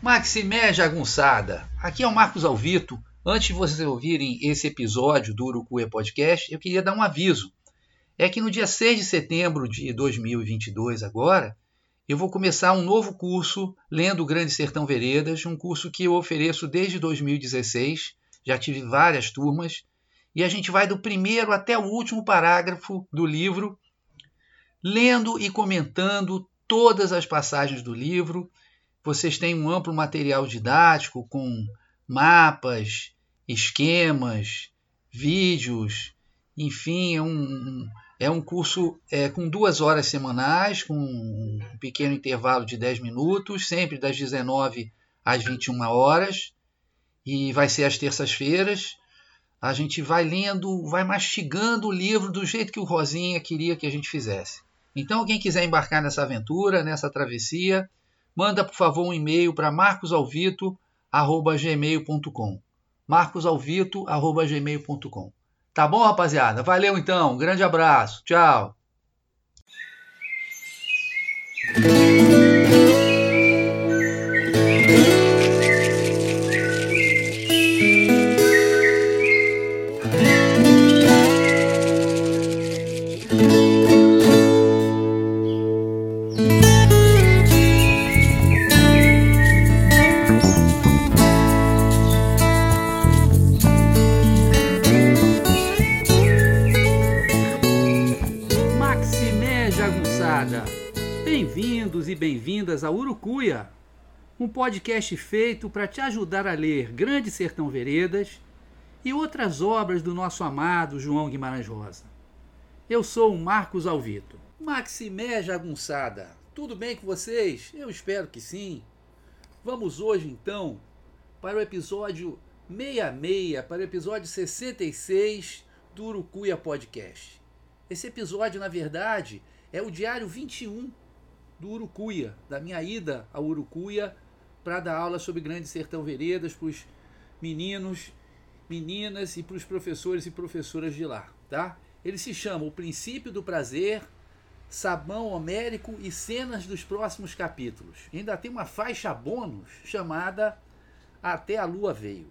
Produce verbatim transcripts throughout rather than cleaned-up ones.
Maximé Jagunçada, aqui é o Marcos Alvito. Antes de vocês ouvirem esse episódio do Urucuia Podcast, eu queria dar um aviso. É que no dia seis de setembro de dois mil e vinte e dois, agora, eu vou começar um novo curso lendo o Grande Sertão Veredas, um curso que eu ofereço desde dois mil e dezesseis, já tive várias turmas, e a gente vai do primeiro até o último parágrafo do livro, lendo e comentando todas as passagens do livro. Vocês têm um amplo material didático com mapas, esquemas, vídeos, enfim, é um, é um curso é, com duas horas semanais, com um pequeno intervalo de dez minutos, sempre das dezenove às vinte e uma horas, e vai ser às terças-feiras. A gente vai lendo, vai mastigando o livro do jeito que o Rosinha queria que a gente fizesse. Então, quem quiser embarcar nessa aventura, nessa travessia, manda, por favor, um e-mail para marcosalvito arroba gmail ponto com. marcosalvito arroba gmail ponto com. Tá bom, rapaziada? Valeu, então. Um grande abraço. Tchau. Bem-vindos e bem-vindas a Urucuia, um podcast feito para te ajudar a ler Grande Sertão Veredas e outras obras do nosso amado João Guimarães Rosa. Eu sou o Marcos Alvito. Maximé Jagunçada, tudo bem com vocês? Eu espero que sim. Vamos hoje, então, para o episódio sessenta e seis, para o episódio sessenta e seis do Urucuia Podcast. Esse episódio, na verdade, é o diário vinte e um do Urucuia, da minha ida ao Urucuia para dar aula sobre Grande Sertão Veredas para os meninos, meninas e para os professores e professoras de lá, tá? Ele se chama O Princípio do Prazer, Sabão Homérico e Cenas dos Próximos Capítulos. E ainda tem uma faixa bônus chamada Até a Lua Veio.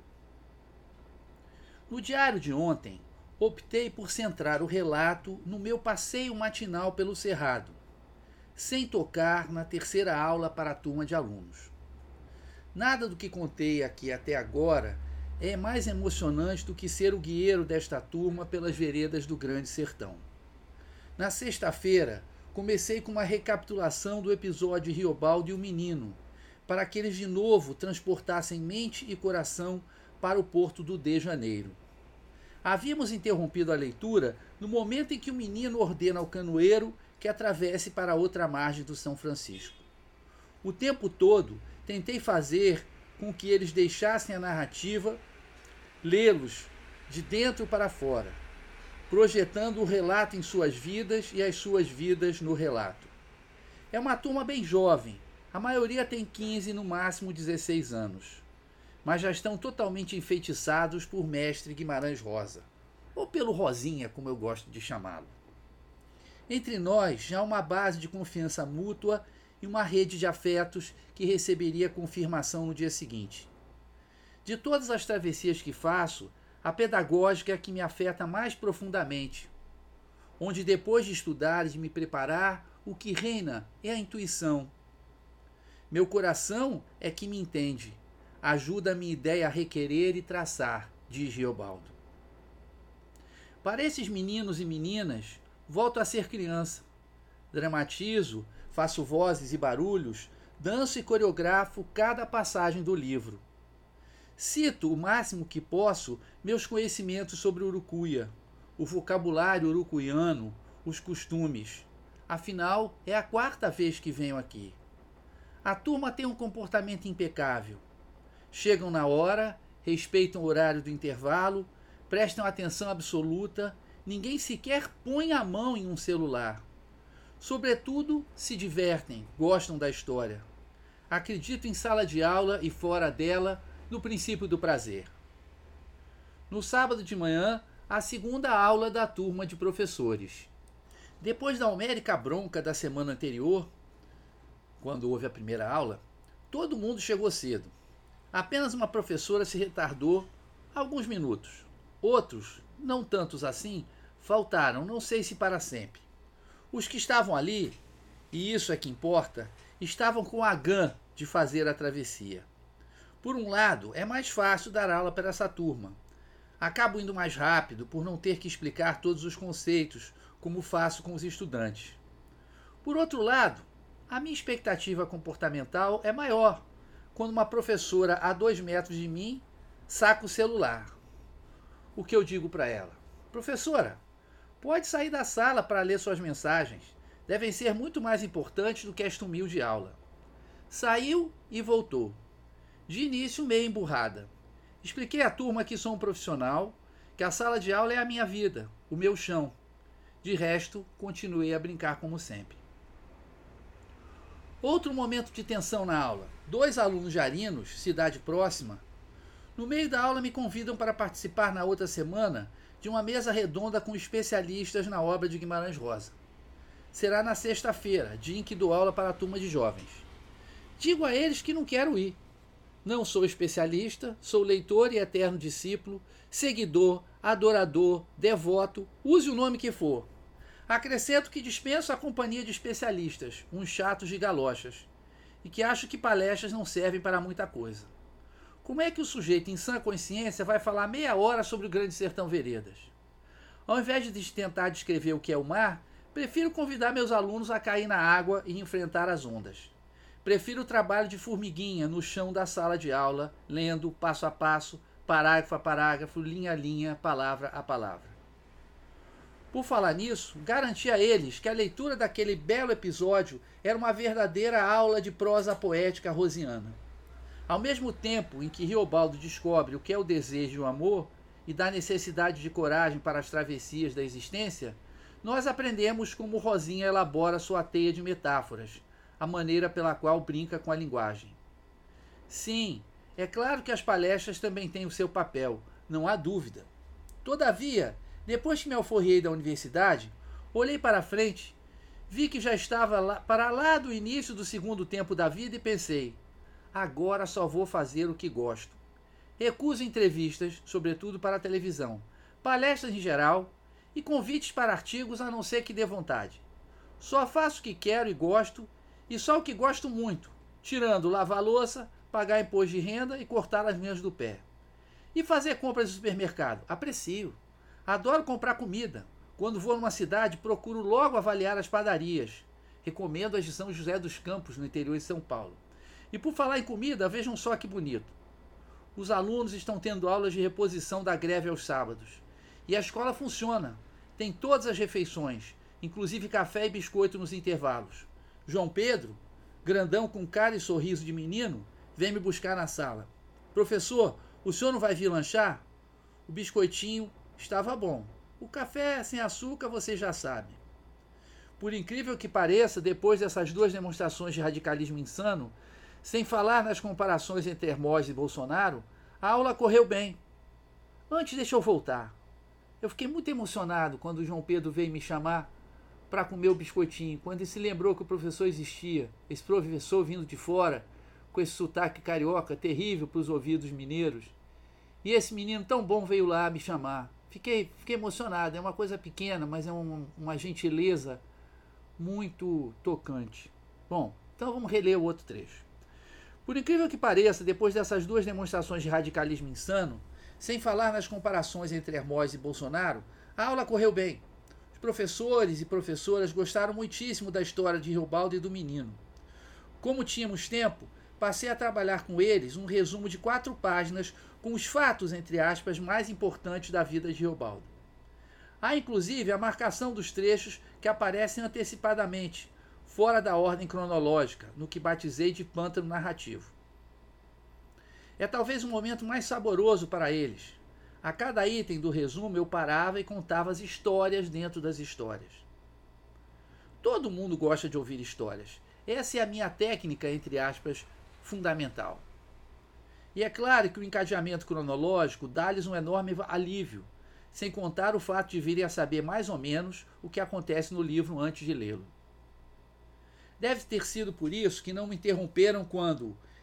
No diário de ontem, optei por centrar o relato no meu passeio matinal pelo Cerrado, sem tocar na terceira aula para a turma de alunos. Nada do que contei aqui até agora é mais emocionante do que ser o guieiro desta turma pelas veredas do Grande Sertão. Na sexta-feira, comecei com uma recapitulação do episódio Riobaldo e o Menino, para que eles de novo transportassem mente e coração para o porto do De Janeiro. Havíamos interrompido a leitura no momento em que o menino ordena ao canoeiro que atravesse para a outra margem do São Francisco. O tempo todo, tentei fazer com que eles deixassem a narrativa, lê-los de dentro para fora, projetando o relato em suas vidas e as suas vidas no relato. É uma turma bem jovem, a maioria tem quinze, no máximo dezesseis anos, mas já estão totalmente enfeitiçados por Mestre Guimarães Rosa, ou pelo Rosinha, como eu gosto de chamá-lo. Entre nós já há uma base de confiança mútua e uma rede de afetos que receberia confirmação no dia seguinte. De todas as travessias que faço, a pedagógica é a que me afeta mais profundamente, onde depois de estudar e de me preparar, o que reina é a intuição. Meu coração é que me entende, ajuda a minha ideia a requerer e traçar, diz Riobaldo. Para esses meninos e meninas, volto a ser criança. Dramatizo, faço vozes e barulhos, danço e coreografo cada passagem do livro. Cito o máximo que posso meus conhecimentos sobre Urucuia, o vocabulário urucuiano, os costumes. Afinal, é a quarta vez que venho aqui. A turma tem um comportamento impecável. Chegam na hora, respeitam o horário do intervalo, prestam atenção absoluta, ninguém sequer põe a mão em um celular. Sobretudo, se divertem, gostam da história. Acredito em sala de aula e fora dela, no princípio do prazer. No sábado de manhã, a segunda aula da turma de professores. Depois da homérica bronca da semana anterior, quando houve a primeira aula, Todo mundo chegou cedo. Apenas uma professora se retardou alguns minutos. Outros, não tantos assim, faltaram, não sei se para sempre. Os que estavam ali, e isso é que importa, estavam com a gana de fazer a travessia. Por um lado, é mais fácil dar aula para essa turma. Acabo indo mais rápido por não ter que explicar todos os conceitos, como faço com os estudantes. Por outro lado, a minha expectativa comportamental é maior quando uma professora a dois metros de mim saca o celular. O que eu digo para ela? Professora, pode sair da sala para ler suas mensagens. Devem ser muito mais importantes do que esta humilde aula. Saiu e voltou. De início, meio emburrada. Expliquei à turma que sou um profissional, que a sala de aula é a minha vida, o meu chão. De resto, continuei a brincar como sempre. Outro momento de tensão na aula. Dois alunos de Arinos, cidade próxima, no meio da aula me convidam para participar na outra semana de uma mesa redonda com especialistas na obra de Guimarães Rosa. Será na sexta-feira, dia em que dou aula para a turma de jovens. Digo a eles que não quero ir. Não sou especialista, sou leitor e eterno discípulo, seguidor, adorador, devoto, use o nome que for. Acrescento que dispenso a companhia de especialistas, uns chatos de galochas, e que acho que palestras não servem para muita coisa. Como é que o sujeito em sã consciência vai falar meia hora sobre o Grande Sertão Veredas? Ao invés de tentar descrever o que é o mar, prefiro convidar meus alunos a cair na água e enfrentar as ondas. Prefiro o trabalho de formiguinha no chão da sala de aula, lendo passo a passo, parágrafo a parágrafo, linha a linha, palavra a palavra. Por falar nisso, garanti a eles que a leitura daquele belo episódio era uma verdadeira aula de prosa poética rosiana. Ao mesmo tempo em que Riobaldo descobre o que é o desejo e o amor e dá necessidade de coragem para as travessias da existência, nós aprendemos como Rosinha elabora sua teia de metáforas, a maneira pela qual brinca com a linguagem. Sim, é claro que as palestras também têm o seu papel, não há dúvida. Todavia, depois que me alforriei da universidade, olhei para frente, vi que já estava lá, para lá do início do segundo tempo da vida e pensei, agora só vou fazer o que gosto. Recuso entrevistas, sobretudo para a televisão, palestras em geral e convites para artigos a não ser que dê vontade. Só faço o que quero e gosto, e só o que gosto muito, tirando lavar louça, pagar imposto de renda e cortar as unhas do pé. E fazer compras no supermercado? Aprecio. Adoro comprar comida. Quando vou numa cidade, procuro logo avaliar as padarias. Recomendo as de São José dos Campos, no interior de São Paulo. E por falar em comida, vejam só que bonito. Os alunos estão tendo aulas de reposição da greve aos sábados. E a escola funciona. Tem todas as refeições, inclusive café e biscoito nos intervalos. João Pedro, grandão com cara e sorriso de menino, vem me buscar na sala. Professor, o senhor não vai vir lanchar? O biscoitinho estava bom. O café sem açúcar você já sabe. Por incrível que pareça, depois dessas duas demonstrações de radicalismo insano, sem falar nas comparações entre Hermógenes e Bolsonaro, a aula correu bem. Antes, deixa eu voltar. Eu fiquei muito emocionado quando o João Pedro veio me chamar para comer o biscoitinho, quando ele se lembrou que o professor existia, esse professor vindo de fora, com esse sotaque carioca terrível para os ouvidos mineiros. E esse menino tão bom veio lá me chamar. Fiquei, fiquei emocionado, é uma coisa pequena, mas é um, uma gentileza muito tocante. Bom, então vamos reler o outro trecho. Por incrível que pareça, depois dessas duas demonstrações de radicalismo insano, sem falar nas comparações entre Hermógenes e Bolsonaro, a aula correu bem. Os professores e professoras gostaram muitíssimo da história de Riobaldo e do menino. Como tínhamos tempo, passei a trabalhar com eles um resumo de quatro páginas com os fatos, entre aspas, mais importantes da vida de Riobaldo. Há inclusive a marcação dos trechos que aparecem antecipadamente, fora da ordem cronológica, no que batizei de pântano narrativo. É talvez o momento mais saboroso para eles. A cada item do resumo eu parava e contava as histórias dentro das histórias. Todo mundo gosta de ouvir histórias. Essa é a minha técnica, entre aspas, fundamental. E é claro que o encadeamento cronológico dá-lhes um enorme alívio, sem contar o fato de virem a saber mais ou menos o que acontece no livro antes de lê-lo. Deve ter sido por isso que não me interromperam quando,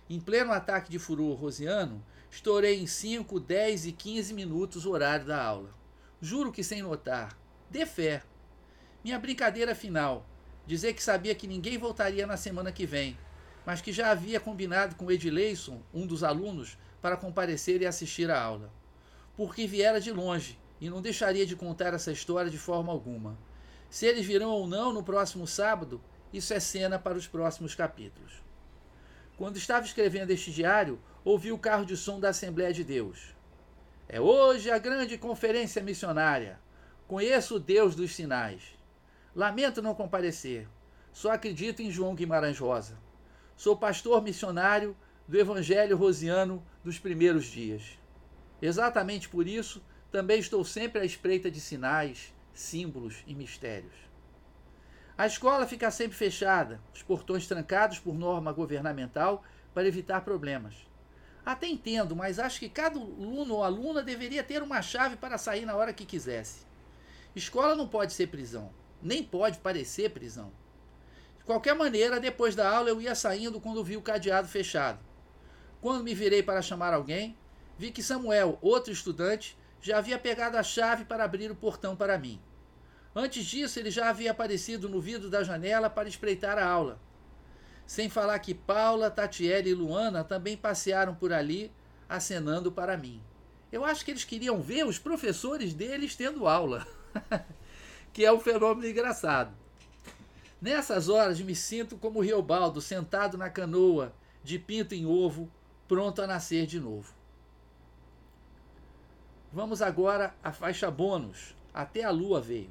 Em pleno ataque de furor rosiano, estourei em cinco, dez e quinze minutos o horário da aula. Juro que sem notar. Dê fé. Minha brincadeira final, dizer que sabia que ninguém voltaria na semana que vem, mas que já havia combinado com Edileison, um dos alunos, para comparecer e assistir à aula. Porque viera de longe e não deixaria de contar essa história de forma alguma. Se eles virão ou não no próximo sábado, isso é cena para os próximos capítulos. Quando estava escrevendo este diário, ouvi o carro de som da Assembleia de Deus. É hoje a grande conferência missionária. Conheço o Deus dos sinais. Lamento não comparecer. Só acredito em João Guimarães Rosa. Sou pastor missionário do Evangelho Rosiano dos primeiros dias. Exatamente por isso, também estou sempre à espreita de sinais, símbolos e mistérios. A escola fica sempre fechada, os portões trancados por norma governamental para evitar problemas. Até entendo, mas acho que cada aluno ou aluna deveria ter uma chave para sair na hora que quisesse. Escola não pode ser prisão, nem pode parecer prisão. De qualquer maneira, depois da aula eu ia saindo quando vi o cadeado fechado. Quando me virei para chamar alguém, vi que Samuel, outro estudante, já havia pegado a chave para abrir o portão para mim. Antes disso, ele já havia aparecido no vidro da janela para espreitar a aula. Sem falar que Paula, Tatiele e Luana também passearam por ali, acenando para mim. Eu acho que eles queriam ver os professores deles tendo aula, que é um fenômeno engraçado. Nessas horas me sinto como Riobaldo, sentado na canoa, de pinto em ovo, pronto a nascer de novo. Vamos agora à faixa bônus, Até a Lua Veio.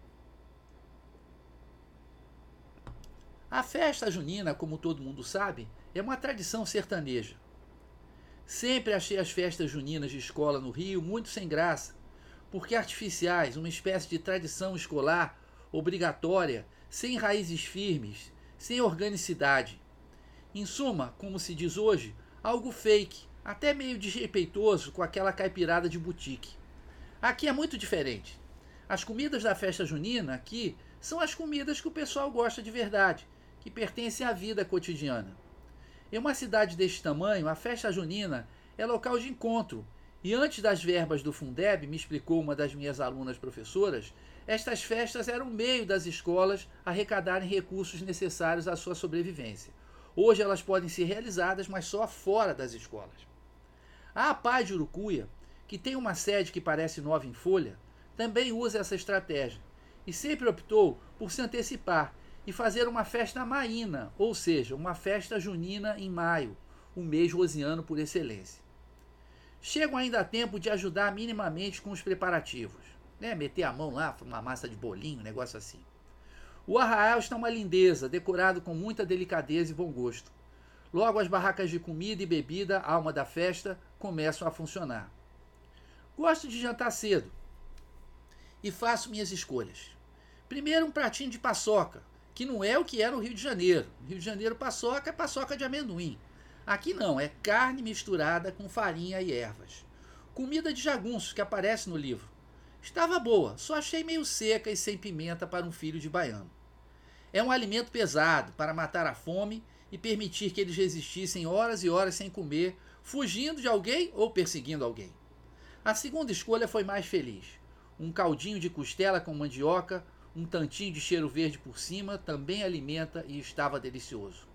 A festa junina, como todo mundo sabe, é uma tradição sertaneja. Sempre achei as festas juninas de escola no Rio muito sem graça, porque artificiais, uma espécie de tradição escolar obrigatória, sem raízes firmes, sem organicidade. Em suma, como se diz hoje, algo fake, até meio desrespeitoso com aquela caipirada de boutique. Aqui é muito diferente. As comidas da festa junina aqui são as comidas que o pessoal gosta de verdade, que pertencem à vida cotidiana. Em uma cidade deste tamanho, a festa junina é local de encontro, e antes das verbas do Fundeb, me explicou uma das minhas alunas professoras, estas festas eram o meio das escolas arrecadarem recursos necessários à sua sobrevivência. Hoje elas podem ser realizadas, mas só fora das escolas. A APAI de Urucuia, que tem uma sede que parece nova em folha, também usa essa estratégia, e sempre optou por se antecipar e fazer uma festa maína, ou seja, uma festa junina em maio, o mês rosiano por excelência. Chegam ainda a tempo de ajudar minimamente com os preparativos, né? Meter a mão lá, uma massa de bolinho, um negócio assim. O arraial está uma lindeza, decorado com muita delicadeza e bom gosto. Logo as barracas de comida e bebida, alma da festa, começam a funcionar. Gosto de jantar cedo e faço minhas escolhas. Primeiro um pratinho de paçoca, que não é o que é no Rio de Janeiro. No Rio de Janeiro, paçoca é paçoca de amendoim. Aqui não, é carne misturada com farinha e ervas. Comida de jagunços, que aparece no livro. Estava boa, só achei meio seca e sem pimenta para um filho de baiano. É um alimento pesado para matar a fome e permitir que eles resistissem horas e horas sem comer, fugindo de alguém ou perseguindo alguém. A segunda escolha foi mais feliz. Um caldinho de costela com mandioca, um tantinho de cheiro verde por cima, também alimenta e estava delicioso.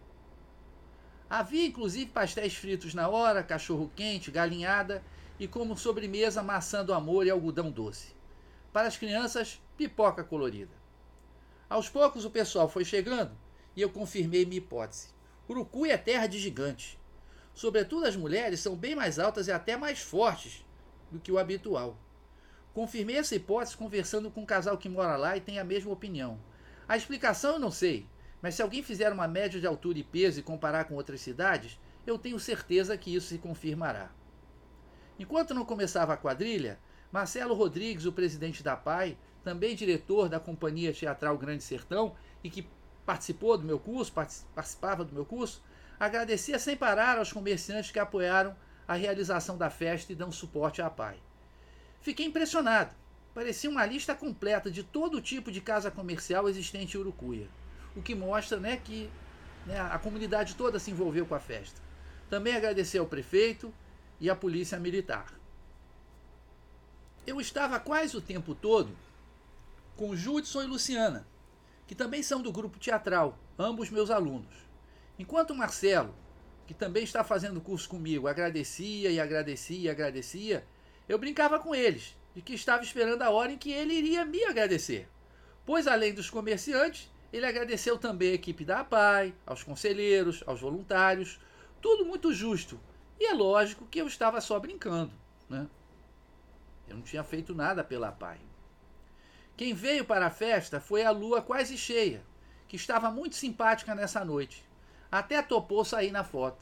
Havia inclusive pastéis fritos na hora, cachorro quente, galinhada e como sobremesa maçã do amor e algodão doce. Para as crianças, pipoca colorida. Aos poucos o pessoal foi chegando e eu confirmei minha hipótese. Urucuia é terra de gigantes. Sobretudo as mulheres são bem mais altas e até mais fortes do que o habitual. Confirmei essa hipótese conversando com um casal que mora lá e tem a mesma opinião. A explicação eu não sei, mas se alguém fizer uma média de altura e peso e comparar com outras cidades, eu tenho certeza que isso se confirmará. Enquanto não começava a quadrilha, Marcelo Rodrigues, o presidente da APAI, também diretor da Companhia Teatral Grande Sertão e que participou do meu curso, participava do meu curso, agradecia sem parar aos comerciantes que apoiaram a realização da festa e dão suporte à APAI. Fiquei impressionado. Parecia uma lista completa de todo tipo de casa comercial existente em Urucuia, o que mostra, né, que né, a comunidade toda se envolveu com a festa. Também agradecer ao prefeito e à polícia militar. Eu estava quase o tempo todo com Judson e Luciana, que também são do grupo teatral, ambos meus alunos. Enquanto o Marcelo, que também está fazendo curso comigo, agradecia e agradecia e agradecia, eu brincava com eles, de que estava esperando a hora em que ele iria me agradecer. Pois, além dos comerciantes, ele agradeceu também a equipe da APAE, aos conselheiros, aos voluntários, tudo muito justo. E é lógico que eu estava só brincando, né? Eu não tinha feito nada pela APAE. Quem veio para a festa foi a lua quase cheia, que estava muito simpática nessa noite. Até topou sair na foto.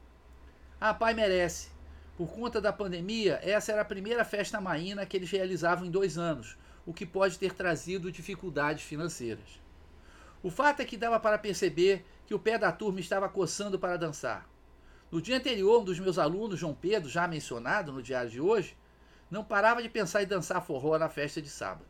A APAE merece. Por conta da pandemia, essa era a primeira festa maína que eles realizavam em dois anos, o que pode ter trazido dificuldades financeiras. O fato é que dava para perceber que o pé da turma estava coçando para dançar. No dia anterior, um dos meus alunos, João Pedro, já mencionado no diário de hoje, não parava de pensar em dançar forró na festa de sábado.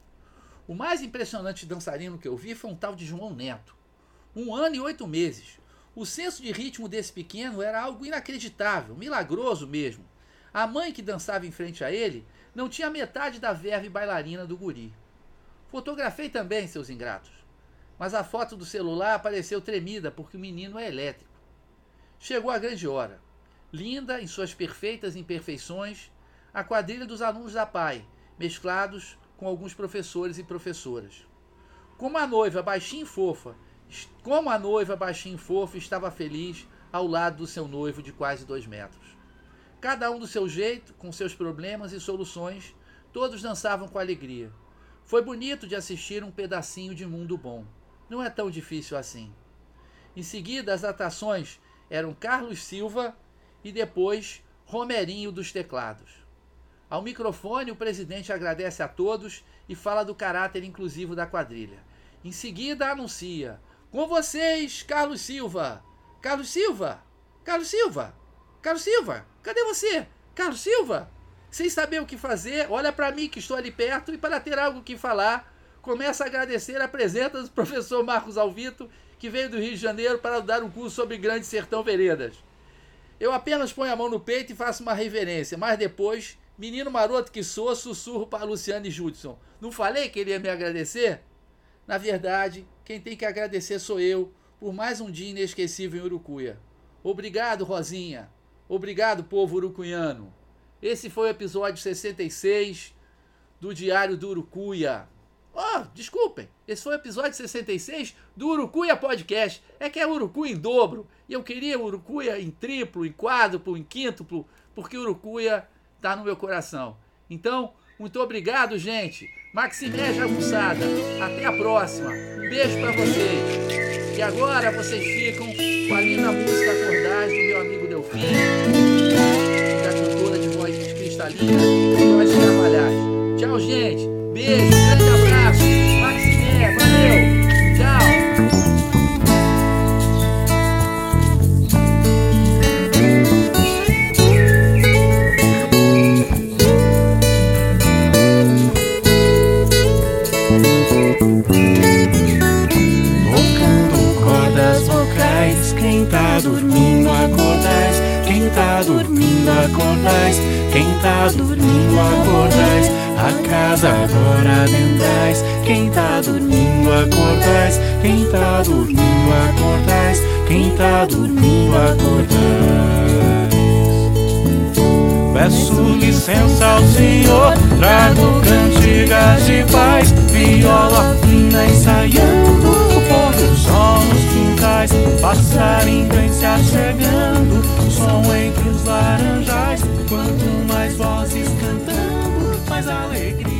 O mais impressionante dançarino que eu vi foi um tal de João Neto. Um ano e oito meses. O senso de ritmo desse pequeno era algo inacreditável, milagroso mesmo. A mãe que dançava em frente a ele não tinha metade da verve bailarina do guri. Fotografei também, seus ingratos. Mas a foto do celular apareceu tremida porque o menino é elétrico. Chegou a grande hora. Linda em suas perfeitas imperfeições, a quadrilha dos alunos da APAE, mesclados com alguns professores e professoras. Como a noiva baixinha e fofa, como a noiva baixinha e fofa estava feliz ao lado do seu noivo de quase dois metros. Cada um do seu jeito, com seus problemas e soluções, todos dançavam com alegria. Foi bonito de assistir um pedacinho de mundo bom. Não é tão difícil assim. Em seguida, as atrações eram Carlos Silva e depois Romerinho dos teclados. Ao microfone, o presidente agradece a todos e fala do caráter inclusivo da quadrilha. Em seguida, anuncia: com vocês, Carlos Silva! Carlos Silva! Carlos Silva! Carlos Silva! Cadê você? Carlos Silva! Sem saber o que fazer, olha para mim que estou ali perto e para ter algo que falar, começa a agradecer a presença do professor Marcos Alvito, que veio do Rio de Janeiro para dar um curso sobre Grande Sertão Veredas. Eu apenas ponho a mão no peito e faço uma reverência, mas depois, menino maroto que sou, sussurro para Luciano e Judson. Não falei que ele ia me agradecer? Na verdade, quem tem que agradecer sou eu, por mais um dia inesquecível em Urucuia. Obrigado, Rosinha. Obrigado, povo urucuiano. Esse foi o episódio sessenta e seis do Diário do Urucuia. Oh, desculpem, esse foi o episódio sessenta e seis do Urucuia Podcast. É que é Urucuia em dobro. E eu queria Urucuia em triplo, em quádruplo, em quíntuplo, porque Urucuia está no meu coração. Então, muito obrigado, gente. Maximé Jagunçada. Até a próxima. Um beijo para vocês. E agora vocês ficam com a linda música Acordais do meu amigo Delfim, da cantora de voz cristalina, Joyce Carvalhais. Tchau, gente. Beijo, grande abraço. Maximé, valeu. Tchau. Quem tá dormindo, acordais. Quem tá dormindo, acordais. Quem tá dormindo, acordais. A casa agora adentrais. Quem tá dormindo, acordais. Quem tá dormindo, acordais. Quem tá dormindo, acordais. Peço licença ao Senhor, trago cantigas de paz, viola fina ensaiando, o pôr do sol nos quintais, passarinho vem se achegando, som entre os laranjais, quanto mais vozes cantando, mais alegria.